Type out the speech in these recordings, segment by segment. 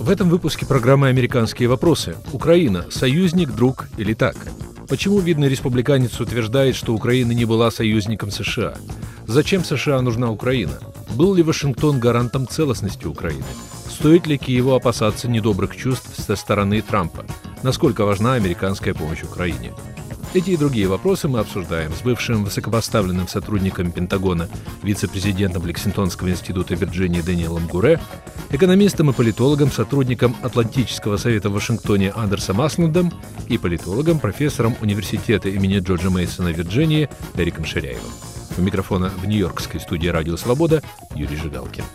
В этом выпуске программы «Американские вопросы». Украина – союзник, друг или так? Почему видный республиканец утверждает, что Украина не была союзником США? Зачем США нужна Украина? Был ли Вашингтон гарантом целостности Украины? Стоит ли Киеву опасаться недобрых чувств со стороны Трампа? Насколько важна американская помощь Украине? Эти и другие вопросы мы обсуждаем с бывшим высокопоставленным сотрудником Пентагона, вице-президентом Лексингтонского института Вирджинии Дэниелом Гуре, экономистом и политологом, сотрудником Атлантического совета в Вашингтоне Андерсом Аслундом и политологом, профессором университета имени Джорджа Мейсона в Вирджинии Эриком Ширяевым. У микрофона в нью-йоркской студии «Радио Свобода» Юрий Жигалкин.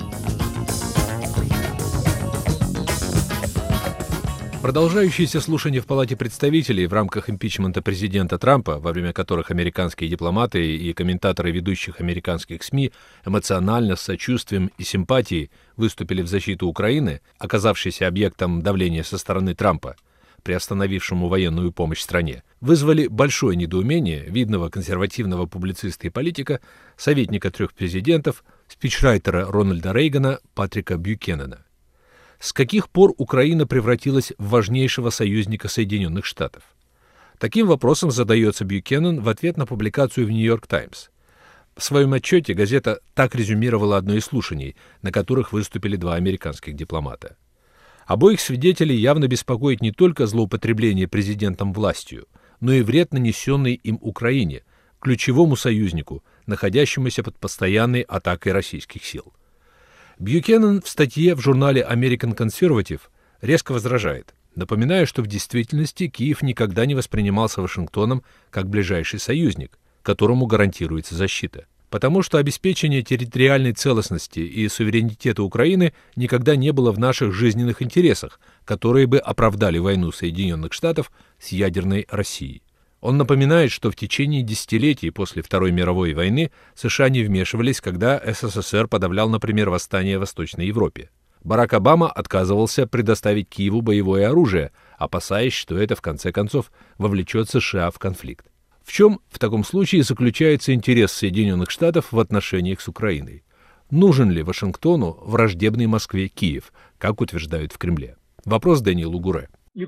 Продолжающиеся слушания в Палате представителей в рамках импичмента президента Трампа, во время которых американские дипломаты и комментаторы ведущих американских СМИ эмоционально, с сочувствием и симпатией выступили в защиту Украины, оказавшейся объектом давления со стороны Трампа, приостановившему военную помощь стране, вызвали большое недоумение видного консервативного публициста и политика, советника трех президентов, спичрайтера Рональда Рейгана Патрика Бьюкенена. С каких пор Украина превратилась в важнейшего союзника Соединенных Штатов? Таким вопросом задается Бьюкенен в ответ на публикацию в «Нью-Йорк Таймс». В своем отчете газета так резюмировала одно из слушаний, на которых выступили два американских дипломата. Обоих свидетелей явно беспокоит не только злоупотребление президентом властью, но и вред, нанесенный им Украине, ключевому союзнику, находящемуся под постоянной атакой российских сил. Бьюкенен в статье в журнале American Conservative резко возражает, напоминая, что в действительности Киев никогда не воспринимался Вашингтоном как ближайший союзник, которому гарантируется защита, потому что обеспечение территориальной целостности и суверенитета Украины никогда не было в наших жизненных интересах, которые бы оправдали войну Соединенных Штатов с ядерной Россией. Он напоминает, что в течение десятилетий после Второй мировой войны США не вмешивались, когда СССР подавлял, например, восстание в Восточной Европе. Барак Обама отказывался предоставить Киеву боевое оружие, опасаясь, что это, в конце концов, вовлечет США в конфликт. В чем в таком случае заключается интерес Соединенных Штатов в отношениях с Украиной? Нужен ли Вашингтону враждебный Москве Киев, как утверждают в Кремле? Вопрос Дэниелу Гуре.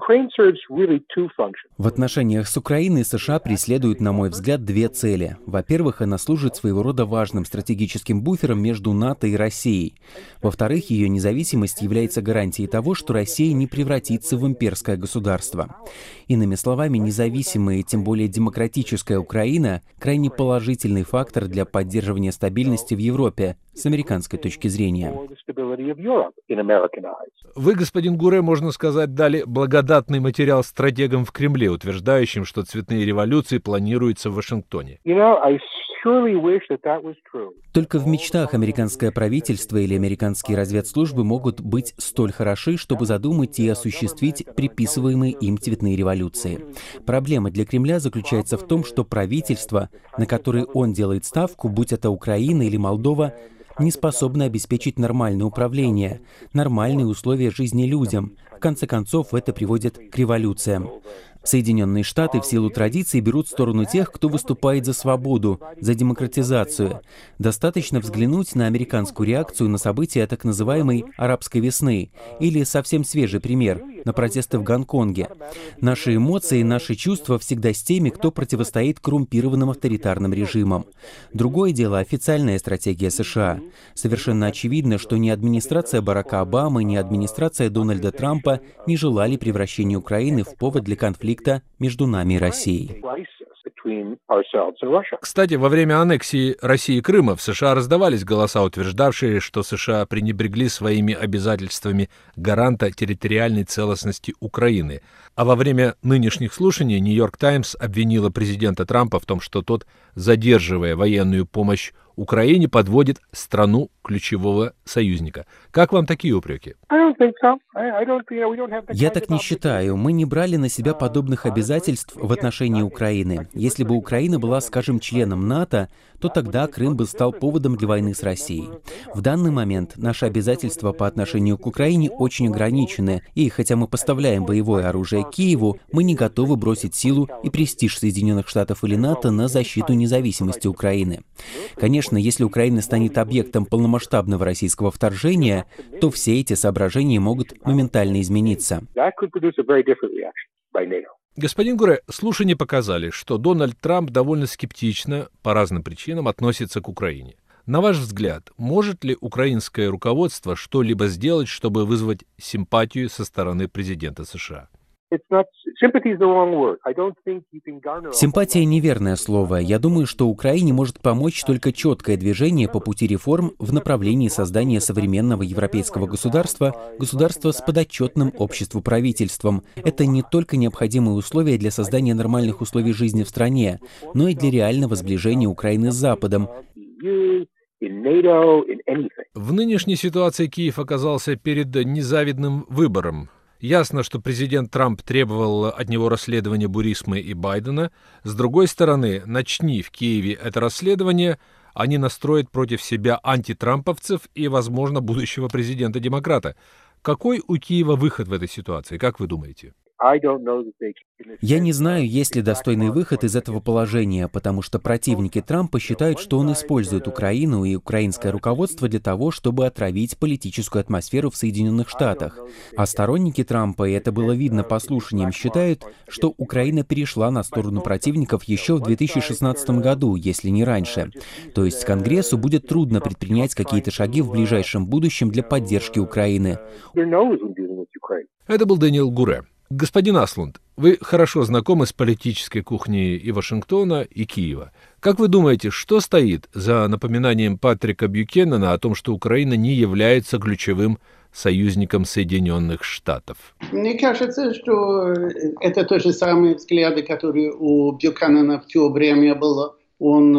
В отношениях с Украиной США преследуют, на мой взгляд, две цели. Во-первых, она служит своего рода важным стратегическим буфером между НАТО и Россией. Во-вторых, ее независимость является гарантией того, что Россия не превратится в имперское государство. Иными словами, независимая и тем более демократическая Украина – крайне положительный фактор для поддерживания стабильности в Европе с американской точки зрения. Вы, господин Гуре, можно сказать, дали благодатный материал стратегам в Кремле, утверждающим, что цветные революции планируются в Вашингтоне. Только в мечтах американское правительство или американские разведслужбы могут быть столь хороши, чтобы задумать и осуществить приписываемые им цветные революции. Проблема для Кремля заключается в том, что правительство, на которое он делает ставку, будь это Украина или Молдова, не способны обеспечить нормальное управление, нормальные условия жизни людям. В конце концов, это приводит к революциям. Соединенные Штаты в силу традиции берут сторону тех, кто выступает за свободу, за демократизацию. Достаточно взглянуть на американскую реакцию на события так называемой «арабской весны» или совсем свежий пример – на протесты в Гонконге. Наши эмоции, наши чувства всегда с теми, кто противостоит коррумпированным авторитарным режимам. Другое дело – официальная стратегия США. Совершенно очевидно, что ни администрация Барака Обамы, ни администрация Дональда Трампа не желали превращения Украины в повод для конфликта между нами и Россией. Кстати, во время аннексии России Крыма в США раздавались голоса, утверждавшие, что США пренебрегли своими обязательствами гаранта территориальной целостности Украины. А во время нынешних слушаний «Нью-Йорк Таймс» обвинила президента Трампа в том, что тот, задерживая военную помощь Украине, подводит страну ключевого союзника. Как вам такие упреки? Я так не считаю. Мы не брали на себя подобных обязательств в отношении Украины. Если бы Украина была, скажем, членом НАТО, то тогда Крым бы стал поводом для войны с Россией. В данный момент наши обязательства по отношению к Украине очень ограничены, и хотя мы поставляем боевое оружие Киеву, мы не готовы бросить силу и престиж Соединенных Штатов или НАТО на защиту независимости Украины. Конечно, конечно, если Украина станет объектом полномасштабного российского вторжения, то все эти соображения могут моментально измениться. Господин Гуре, слушания показали, что Дональд Трамп довольно скептично, по разным причинам, относится к Украине. На ваш взгляд, может ли украинское руководство что-либо сделать, чтобы вызвать симпатию со стороны президента США? Симпатия — неверное слово. Я думаю, что Украине может помочь только четкое движение по пути реформ в направлении создания современного европейского государства, государства с подотчетным обществу правительством. Это не только необходимые условия для создания нормальных условий жизни в стране, но и для реального сближения Украины с Западом. В нынешней ситуации Киев оказался перед незавидным выбором. Ясно, что президент Трамп требовал от него расследования Бурисмы и Байдена. С другой стороны, начни в Киеве это расследование, они настроят против себя антитрамповцев и, возможно, будущего президента-демократа. Какой у Киева выход в этой ситуации, как вы думаете? Я не знаю, есть ли достойный выход из этого положения, потому что противники Трампа считают, что он использует Украину и украинское руководство для того, чтобы отравить политическую атмосферу в Соединенных Штатах. А сторонники Трампа, и это было видно по слушаниям, считают, что Украина перешла на сторону противников еще в 2016 году, если не раньше. То есть Конгрессу будет трудно предпринять какие-то шаги в ближайшем будущем для поддержки Украины. Это был Дэниел Гуре. Господин Аслунд, вы хорошо знакомы с политической кухней и Вашингтона, и Киева. Как вы думаете, что стоит за напоминанием Патрика Бьюкенена о том, что Украина не является ключевым союзником Соединенных Штатов? Мне кажется, что это те же самые взгляды, которые у Бьюкенена в то время было. Он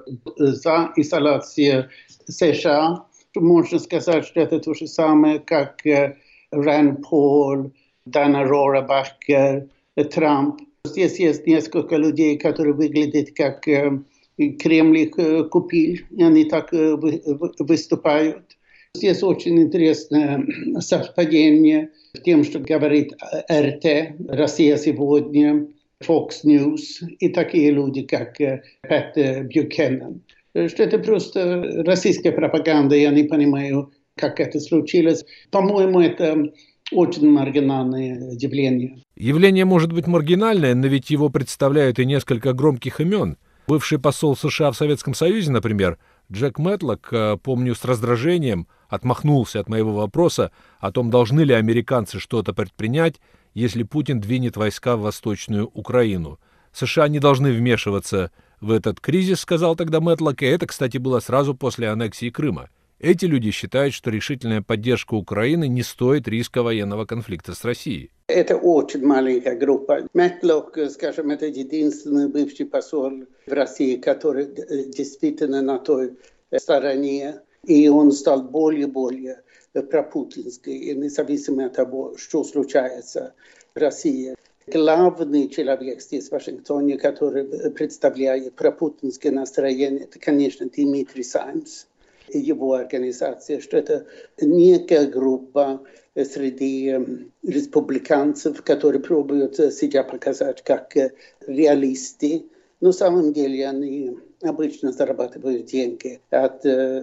за изоляцию США. Можно сказать, что это то же самое, как Ранд Пол, Дана Рорабахер, Трамп. Здесь есть несколько людей, которые выглядят как Кремль их купил, и они так выступают. Здесь очень интересное совпадение в том, что говорит РТ, Россия сегодня, Fox News и такие люди, как Пэт Бьюкенен. Что это просто российская пропаганда, я не понимаю, как это случилось. По-моему, это очень маргинальное явление. Явление может быть маргинальное, но ведь его представляют и несколько громких имен. Бывший посол США в Советском Союзе, например, Джек Мэтлок, помню, с раздражением отмахнулся от моего вопроса о том, должны ли американцы что-то предпринять, если Путин двинет войска в Восточную Украину. США не должны вмешиваться в этот кризис, сказал тогда Мэтлок, и это, кстати, было сразу после аннексии Крыма. Эти люди считают, что решительная поддержка Украины не стоит риска военного конфликта с Россией. Это очень маленькая группа. Мэтлок, скажем, это единственный бывший посол в России, который действительно на той стороне. И он стал более и более пропутинский, независимо от того, что случается в России. Главный человек здесь в Вашингтоне, который представляет пропутинское настроение, это, конечно, Дмитрий Саймс. Его организация, что это некая группа среди республиканцев, которые пробуют себя показать как реалисты, но на самом деле они обычно зарабатывают деньги от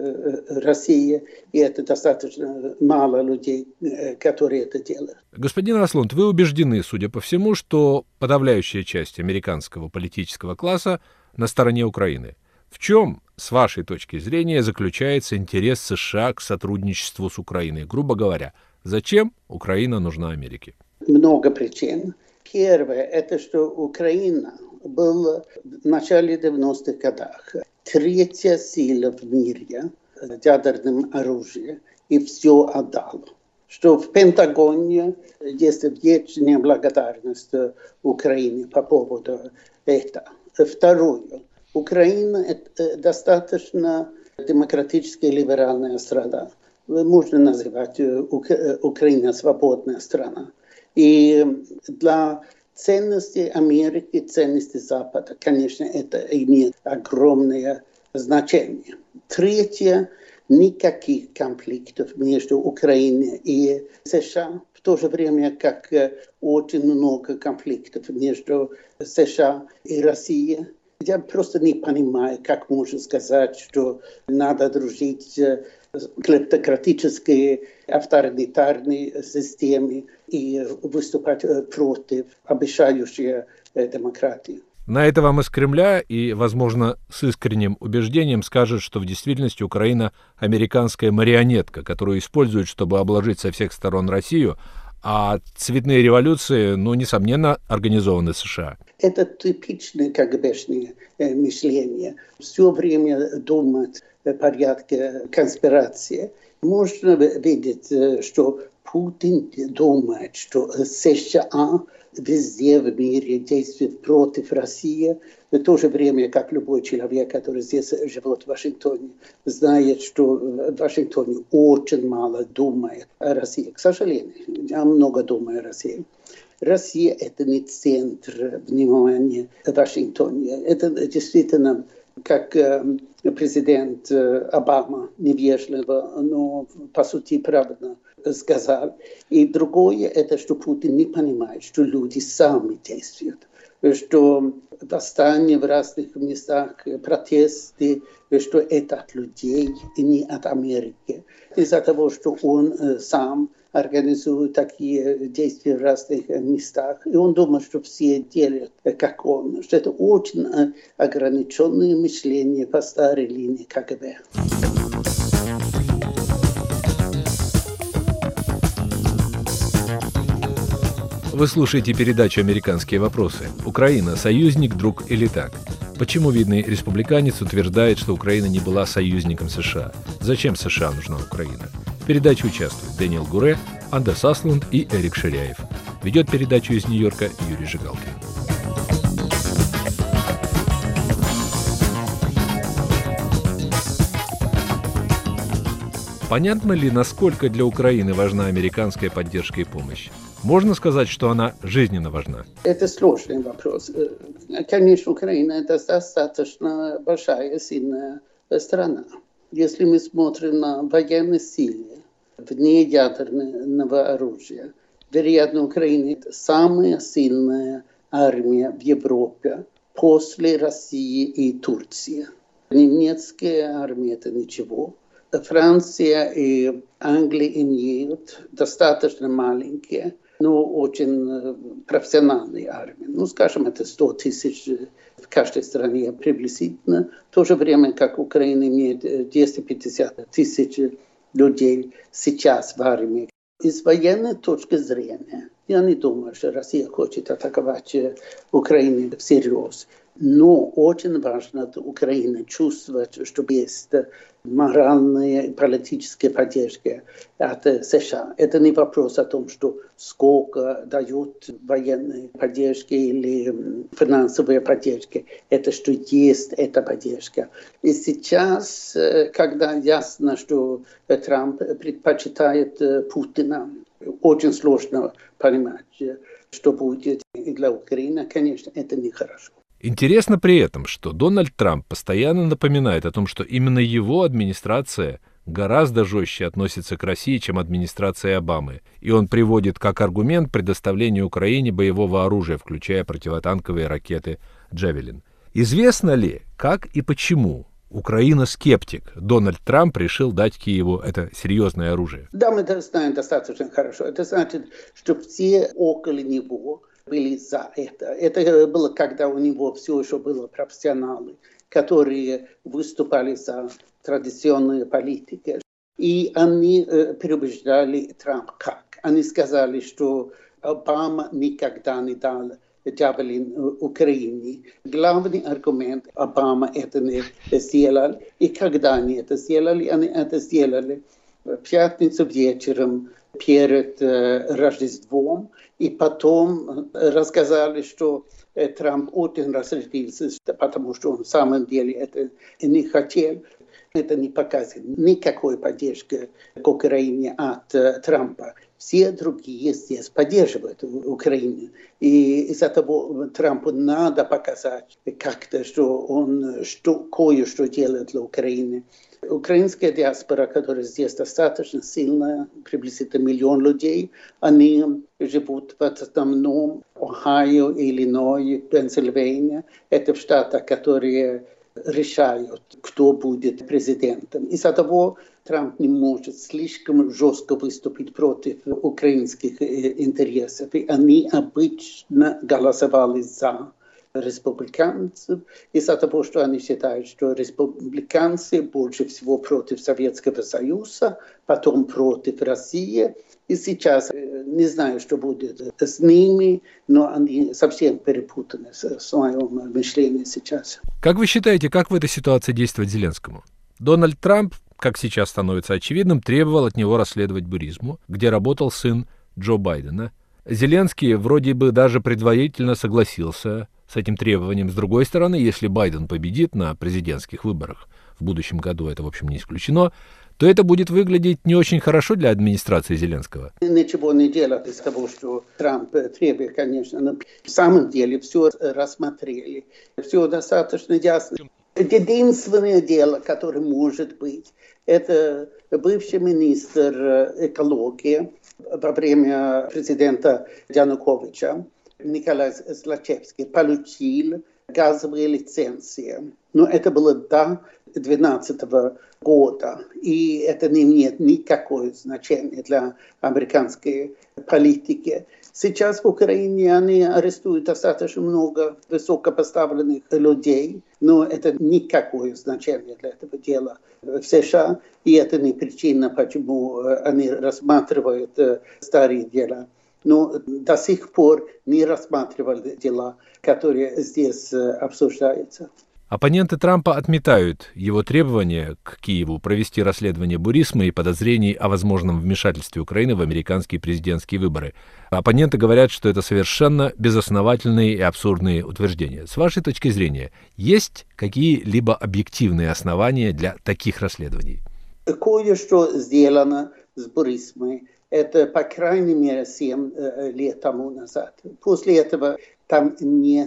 России, и это достаточно мало людей, которые это делают. Господин Аслунд, вы убеждены, судя по всему, что подавляющая часть американского политического класса на стороне Украины. В чем, с вашей точки зрения, заключается интерес США к сотрудничеству с Украиной? Грубо говоря, зачем Украина нужна Америке? Много причин. Первое, это что Украина была в начале 90-х годах третья сила в мире с ядерным оружием и все отдала. Что в Пентагоне есть вечная благодарность Украине по поводу этого. Второе. Украина – это достаточно демократическая и либеральная страна. Можно называть Украину свободная страна. И для ценностей Америки, ценностей Запада, конечно, это имеет огромное значение. Третье – никаких конфликтов между Украиной и США. В то же время, как очень много конфликтов между США и Россией. Я просто не понимаю, как можно сказать, что надо дружить с клептократической авторитарной системой и выступать против обещающей демократии. На это вам из Кремля и, возможно, с искренним убеждением скажут, что в действительности Украина американская марионетка, которую используют, чтобы обложить со всех сторон Россию, а цветные революции, несомненно, организованы США. Это типичное КГБшное мышление. Все время думать о порядке конспирации. Можно видеть, что Путин думает, что США везде в мире действует против России. В то же время, как любой человек, который здесь живет в Вашингтоне, знает, что в Вашингтоне очень мало думает о России. К сожалению, я много думаю о России. Россия – это не центр внимания в Вашингтоне. Это действительно, как президент Обама невежливо, но по сути правильно сказал. И другое – это что Путин не понимает, что люди сами действуют, что восстания в разных местах, протесты, что это от людей и не от Америки. Из-за того, что он сам организует такие действия в разных местах. И он думает, что все делают, как он. Что это очень ограниченное мышление по старой линии КГБ. Вы слушаете передачу «Американские вопросы». Украина – союзник, друг или так? Почему видный республиканец утверждает, что Украина не была союзником США? Зачем США нужна Украина? В передаче участвуют Дэниел Гуре, Андес Аслунд и Эрик Ширяев. Ведет передачу из Нью-Йорка Юрий Жигалкин. Понятно ли, насколько для Украины важна американская поддержка и помощь? Можно сказать, что она жизненно важна? Это сложный вопрос. Конечно, Украина – это достаточно большая, сильная страна. Если мы смотрим на военные силы, вне ядерного оружия, вероятно, Украина – это самая сильная армия в Европе после России и Турции. Немецкая армия – это ничего. Франция и Англия имеют достаточно маленькие, но очень профессиональные армии. Скажем, это 100 тысяч в каждой стране приблизительно. В то же время, как Украина имеет 250 тысяч людей сейчас в армии. Из военной точки зрения, я не думаю, что Россия хочет атаковать Украину всерьез. Но очень важно для Украины чувствовать, что есть моральная и политическая поддержка от США. Это не вопрос о том, что сколько дают военной поддержки или финансовой поддержки. Это что есть эта поддержка. И сейчас, когда ясно, что Трамп предпочитает Путина, очень сложно понимать, что будет и для Украины. Конечно, это нехорошо. Интересно при этом, что Дональд Трамп постоянно напоминает о том, что именно его администрация гораздо жестче относится к России, чем администрация Обамы. И он приводит как аргумент предоставление Украине боевого оружия, включая противотанковые ракеты «Джавелин». Известно ли, как и почему Украина-скептик Дональд Трамп решил дать Киеву это серьезное оружие? Да, мы это знаем достаточно хорошо. Это значит, что все около него были за это. Это было, когда у него все еще были профессионалы, которые выступали за традиционную политику. И они переубеждали Трампа как? Они сказали, что Обама никогда не дал Джавелин Украине. Главный аргумент – Обама это не сделал. И когда они это сделали в пятницу вечером перед Рождеством. И потом рассказали, что Трамп очень разозлился, потому что он в самом деле это не хотел. Это не показывает никакой поддержки к Украине от Трампа. Все другие здесь поддерживают Украину. И из-за того Трампу надо показать как-то, что он кое-что делает для Украины. Украинская диаспора, которая здесь достаточно сильная, приблизительно 1 миллион людей, они живут в основном в Ohio, Иллинойс, Пенсильвания. Это штаты, которые решают, кто будет президентом. Из-за того Трамп не может слишком жестко выступить против украинских интересов. И они обычно голосовали за республиканцев из-за того, что они считают, что республиканцы больше всего против Советского Союза, потом против России. И сейчас не знаю, что будет с ними, но они совсем перепутаны в своем мышлении сейчас. Как вы считаете, как в этой ситуации действовать Зеленскому? Дональд Трамп, как сейчас становится очевидным, требовал от него расследовать Буризму, где работал сын Джо Байдена. Зеленский вроде бы даже предварительно согласился с этим требованием. С другой стороны, если Байден победит на президентских выборах в будущем году, это, в общем, не исключено, то это будет выглядеть не очень хорошо для администрации Зеленского. Ничего не делать из того, что Трамп требует, конечно, но в самом деле все рассмотрели, все достаточно ясно. Единственное дело, которое может быть, это бывший министр экологии во время президента Януковича Николай Злочевский получил газовые лицензии. Но это было до 2012 года, и это не имеет никакого значения для американской политики. Сейчас в Украине они арестуют достаточно много высокопоставленных людей, но это никакое значение для этого дела в США, и это не причина, почему они рассматривают старые дела. Но до сих пор не рассматривали дела, которые здесь обсуждаются. Оппоненты Трампа отметают его требования к Киеву провести расследование Бурисмы и подозрений о возможном вмешательстве Украины в американские президентские выборы. Оппоненты говорят, что это совершенно безосновательные и абсурдные утверждения. С вашей точки зрения, есть какие-либо объективные основания для таких расследований? Кое-что сделано с Бурисмой. Это, по крайней мере, 7 лет тому назад. После этого там нет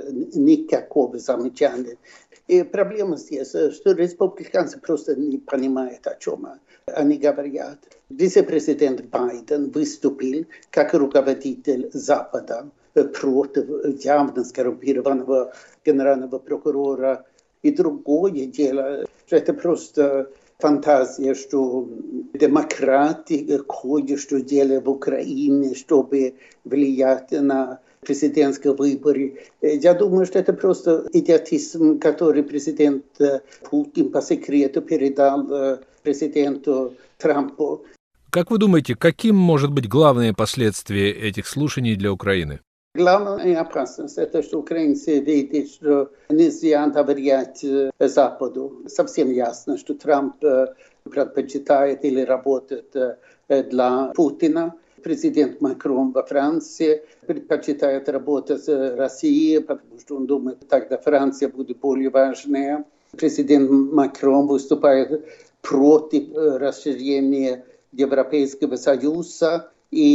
никакого замечания. И проблема здесь, что республиканцы просто не понимают, о чем они говорят. Вице-президент Байден выступил как руководитель Запада против явно скоррумпированного генерального прокурора. И другое дело, что это просто фантазия, что демократы кое-что делают в Украине, чтобы влиять на президентские выборы. Я думаю, что это просто идиотизм, который президент Путин по секрету передал президенту Трампу. Как вы думаете, каким может быть главное последствие этих слушаний для Украины? Главная опасность – это что украинцы видят, что нельзя доверять Западу. Совсем ясно, что Трамп предпочитает или работает для Путина. Президент Макрон во Франции предпочитает работать с Россией, потому что он думает, тогда Франция будет более важная. Президент Макрон выступает против расширения Европейского Союза,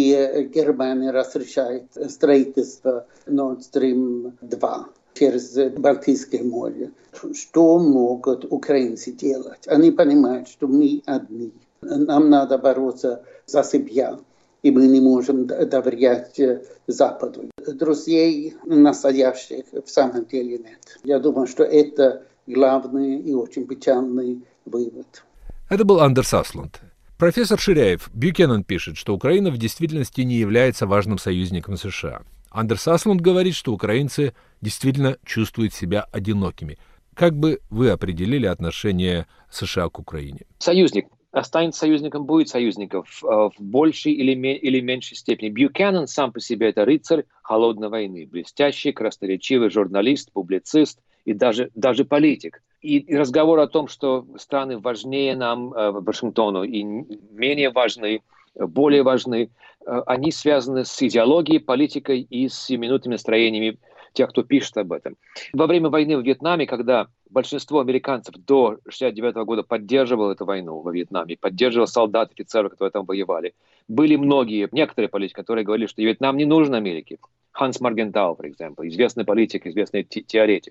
и Германия разрешает строительство Nord Stream 2 через Балтийское море. Что могут украинцы делать? Они понимают, что мы одни. Нам надо бороться за себя, и мы не можем доверять Западу. Друзей настоящих в самом деле нет. Я думаю, что это главный и очень печальный вывод. Это был Андерс Аслунд. Профессор Ширяев, Бьюкенен пишет, что Украина в действительности не является важным союзником США. Андерс Аслунд говорит, что украинцы действительно чувствуют себя одинокими. Как бы вы определили отношение США к Украине? Союзник. Останется союзником, будет союзников в большей или меньшей степени. Бьюкенен сам по себе это рыцарь холодной войны. Блестящий, красноречивый журналист, публицист и даже политик. И разговор о том, что страны важнее нам, Вашингтону, и менее важны, более важны, они связаны с идеологией, политикой и с сиюминутными настроениями тех, кто пишет об этом. Во время войны в Вьетнаме, когда большинство американцев до 1969 года поддерживало эту войну во Вьетнаме, поддерживало солдат, офицеров, которые там воевали, были некоторые политики, которые говорили, что Вьетнам не нужен Америке. Ханс Маргентау, например, известный политик, известный теоретик,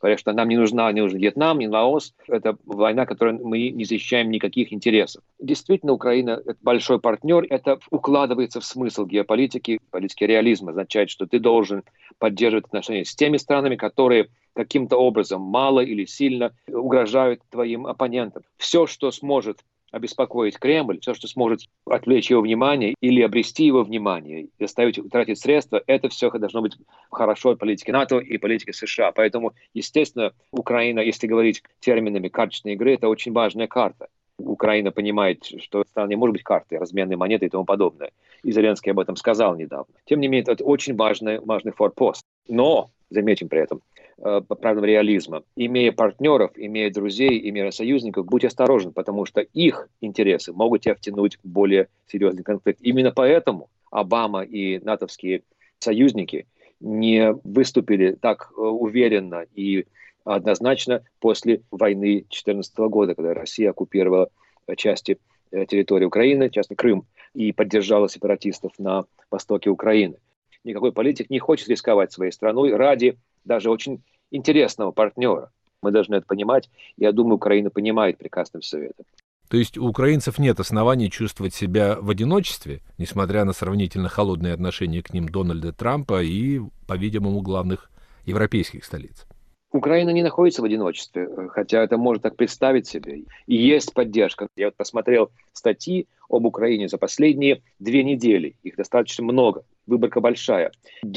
Говорят, что нам не нужен Вьетнам, не Лаос. Это война, которой мы не защищаем никаких интересов. Действительно, Украина – это большой партнер. Это укладывается в смысл геополитики. Политики реализма означает, что ты должен поддерживать отношения с теми странами, которые каким-то образом мало или сильно угрожают твоим оппонентам. Все, что сможет обеспокоить Кремль, все, что сможет отвлечь его внимание или обрести его внимание, заставить тратить средства, это все должно быть хорошо от политики НАТО и политики США. Поэтому, естественно, Украина, если говорить терминами карточной игры, это очень важная карта. Украина понимает, что страна не может быть картой, разменной монетой и тому подобное. И Зеленский об этом сказал недавно. Тем не менее, это очень важный форпост. Но, заметим при этом, по правилам реализма, имея партнеров, имея друзей, имея союзников, будь осторожен, потому что их интересы могут тебя втянуть в более серьезный конфликт. Именно поэтому Обама и натовские союзники не выступили так уверенно и однозначно после войны 2014 года, когда Россия оккупировала части территории Украины, часто Крым, и поддержала сепаратистов на востоке Украины. Никакой политик не хочет рисковать своей страной ради даже очень интересного партнера. Мы должны это понимать. Я думаю, Украина понимает прекрасно все это. То есть у украинцев нет оснований чувствовать себя в одиночестве, несмотря на сравнительно холодные отношения к ним Дональда Трампа и, по-видимому, главных европейских столиц. Украина не находится в одиночестве, хотя это можно так представить себе. И есть поддержка. Я вот посмотрел статьи об Украине за последние 2 недели. Их достаточно много. Выборка большая.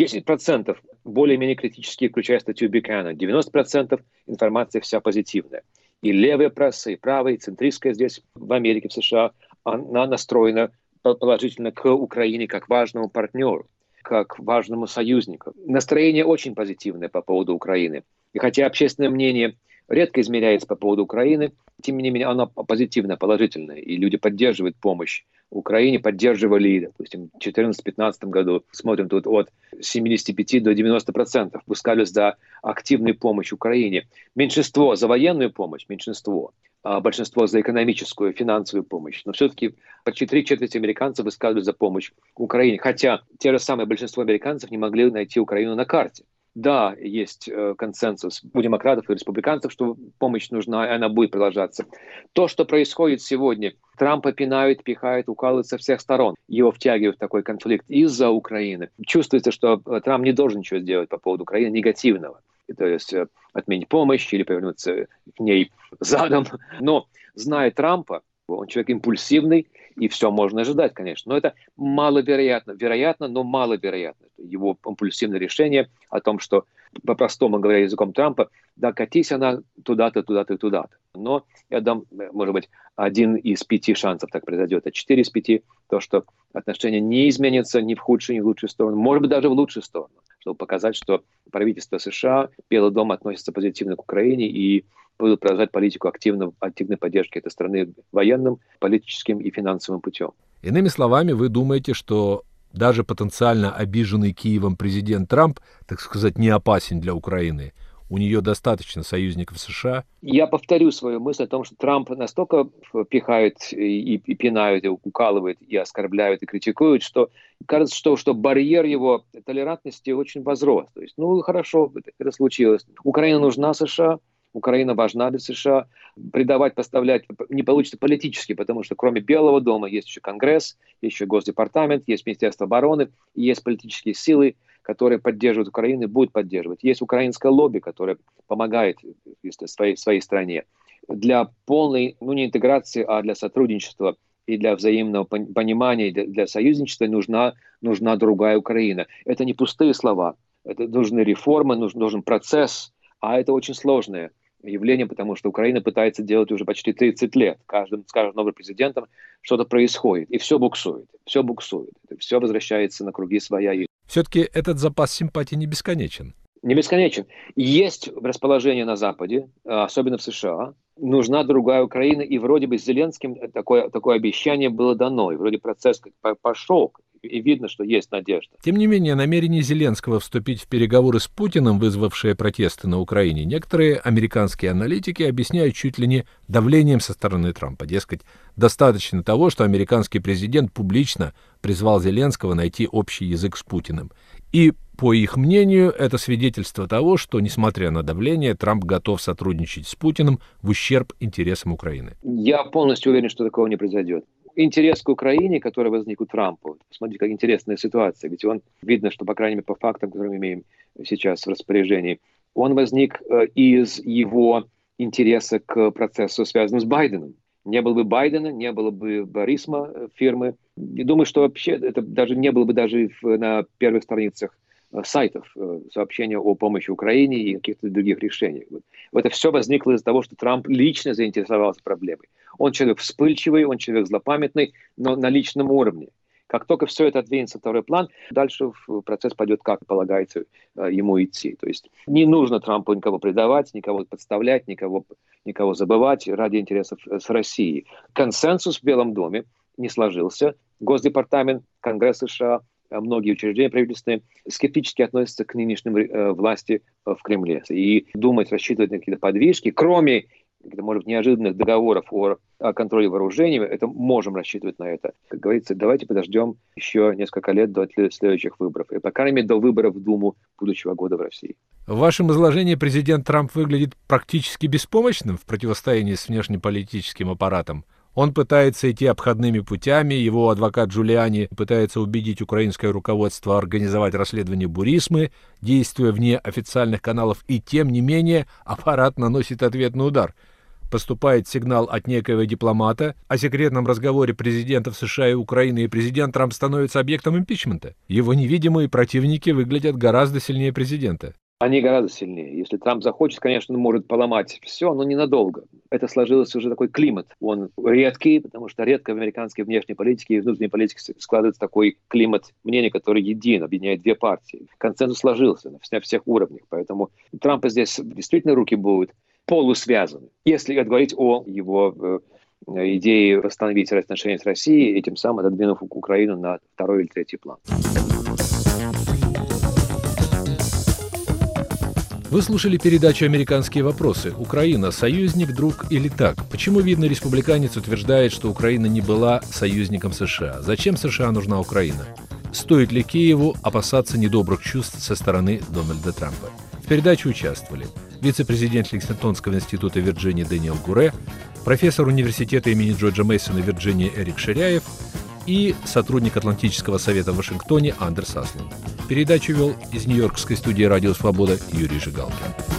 10% более-менее критические, включая статью Бьюканена. 90% информация вся позитивная. И левая пресса, и правая, и центристская здесь, в Америке, в США, она настроена положительно к Украине как важному партнеру, как важному союзнику. Настроение очень позитивное по поводу Украины. И хотя общественное мнение редко измеряется по поводу Украины, тем не менее оно позитивное, положительное. И люди поддерживают помощь Украине, поддерживали, допустим, в 2014-2015 году, смотрим тут от 75 до 90%, высказались за активную помощь Украине. Меньшинство за военную помощь, меньшинство, а большинство за экономическую, финансовую помощь. Но все-таки почти 3/4 американцев высказывали за помощь Украине, хотя те же самые большинство американцев не могли найти Украину на карте. Да, есть консенсус у демократов и республиканцев, что помощь нужна, и она будет продолжаться. То, что происходит сегодня, Трампа пинают, пихают, укалывают со всех сторон. Его втягивают в такой конфликт из-за Украины. Чувствуется, что Трамп не должен ничего сделать по поводу Украины негативного. То есть отменить помощь или повернуться к ней задом. Но, зная Трампа, он человек импульсивный, и все можно ожидать, конечно. Но это маловероятно. Вероятно, но маловероятно. Его импульсивное решение о том, что, по-простому говоря языком Трампа, да, катись она туда-то, туда-то и туда-то. Но я дам, может быть, 1 из 5 шансов так произойдет, а 4 из 5, то, что отношения не изменятся ни в худшую, ни в лучшую сторону, может быть, даже в лучшую сторону, чтобы показать, что правительство США, Белый дом относится позитивно к Украине и будут продолжать политику активной поддержки этой страны военным, политическим и финансовым путем. Иными словами, вы думаете, что даже потенциально обиженный Киевом президент Трамп, так сказать, не опасен для Украины? У нее достаточно союзников США? Я повторю свою мысль о том, что Трамп настолько пихает и пинают, и укалывает, и оскорбляют, и критикуют, что кажется, что барьер его толерантности очень возрос. То есть, ну хорошо, это случилось. Украина нужна США. Украина важна для США. Предавать, поставлять не получится политически, потому что кроме Белого дома есть еще Конгресс, есть еще Госдепартамент, есть Министерство обороны, и есть политические силы, которые поддерживают Украину и будут поддерживать. Есть украинское лобби, которое помогает своей стране. Для полной, не интеграции, а для сотрудничества и для взаимного понимания, для союзничества нужна другая Украина. Это не пустые слова. Это нужны реформы, нужен процесс, а это очень сложное явление, потому что Украина пытается делать уже почти 30 лет. С каждым новым президентом что-то происходит, и все буксует. Все возвращается на круги своя. Все-таки этот запас симпатий не бесконечен. Не бесконечен. Есть расположение на Западе, особенно в США. Нужна другая Украина, и вроде бы с Зеленским такое обещание было дано, и вроде процесс пошел, и видно, что есть надежда. Тем не менее, намерение Зеленского вступить в переговоры с Путиным, вызвавшие протесты на Украине, некоторые американские аналитики объясняют чуть ли не давлением со стороны Трампа. Дескать, достаточно того, что американский президент публично призвал Зеленского найти общий язык с Путиным. И По их мнению, это свидетельство того, что, несмотря на давление, Трамп готов сотрудничать с Путиным в ущерб интересам Украины. Я полностью уверен, что такого не произойдет. Интерес к Украине, который возник у Трампа, смотрите, как интересная ситуация, ведь он, видно, что, по крайней мере, по фактам, которые мы имеем сейчас в распоряжении, он возник из его интереса к процессу, связанному с Байденом. Не было бы Байдена, не было бы Бурисма фирмы. И думаю, что вообще это даже не было бы даже на первых страницах сайтов сообщения о помощи Украине и каких-то других решениях. Это все возникло из-за того, что Трамп лично заинтересовался проблемой. Он человек вспыльчивый, он человек злопамятный, но на личном уровне. Как только все это отодвинется в второй план, дальше процесс пойдет, как полагается ему идти. То есть не нужно Трампу никого предавать, никого подставлять, никого забывать ради интересов с Россией. Консенсус в Белом доме не сложился. Госдепартамент, Конгресс США, многие учреждения правительственные скептически относятся к нынешней власти в Кремле. И думать, рассчитывать на какие-то подвижки, кроме, может быть, неожиданных договоров о контроле вооружений, это можем рассчитывать на это. Как говорится, давайте подождем еще несколько лет до следующих выборов. И, по крайней мере, до выборов в Думу будущего года в России. В вашем изложении президент Трамп выглядит практически беспомощным в противостоянии с внешнеполитическим аппаратом. Он пытается идти обходными путями, его адвокат Джулиани пытается убедить украинское руководство организовать расследование Бурисмы, действуя вне официальных каналов, и тем не менее аппарат наносит ответный удар. Поступает сигнал от некоего дипломата о секретном разговоре президентов США и Украины, и президент Трамп становится объектом импичмента. Его невидимые противники выглядят гораздо сильнее президента. Они гораздо сильнее. Если Трамп захочет, конечно, он может поломать все, но ненадолго. Это сложился уже такой климат. Он редкий, потому что редко в американской внешней политике и внутренней политике складывается такой климат мнений, который един, объединяет две партии. Консенсус сложился на всех уровнях. Поэтому у Трампа здесь действительно руки будут полусвязаны. Если говорить о его идее восстановить отношения с Россией и тем самым отодвинув Украину на второй или третий план. Вы слушали передачу «Американские вопросы». Украина – союзник, друг или так? Почему, видно, республиканец утверждает, что Украина не была союзником США? Зачем США нужна Украина? Стоит ли Киеву опасаться недобрых чувств со стороны Дональда Трампа? В передаче участвовали вице-президент Лексингтонского института Вирджиния Дэниел Гуре, профессор университета имени Джорджа Мейсона Вирджиния Эрик Ширяев и сотрудник Атлантического совета в Вашингтоне Андерс Аслан. Передачу вел из Нью-Йоркской студии «Радио Свобода» Юрий Жигалкин.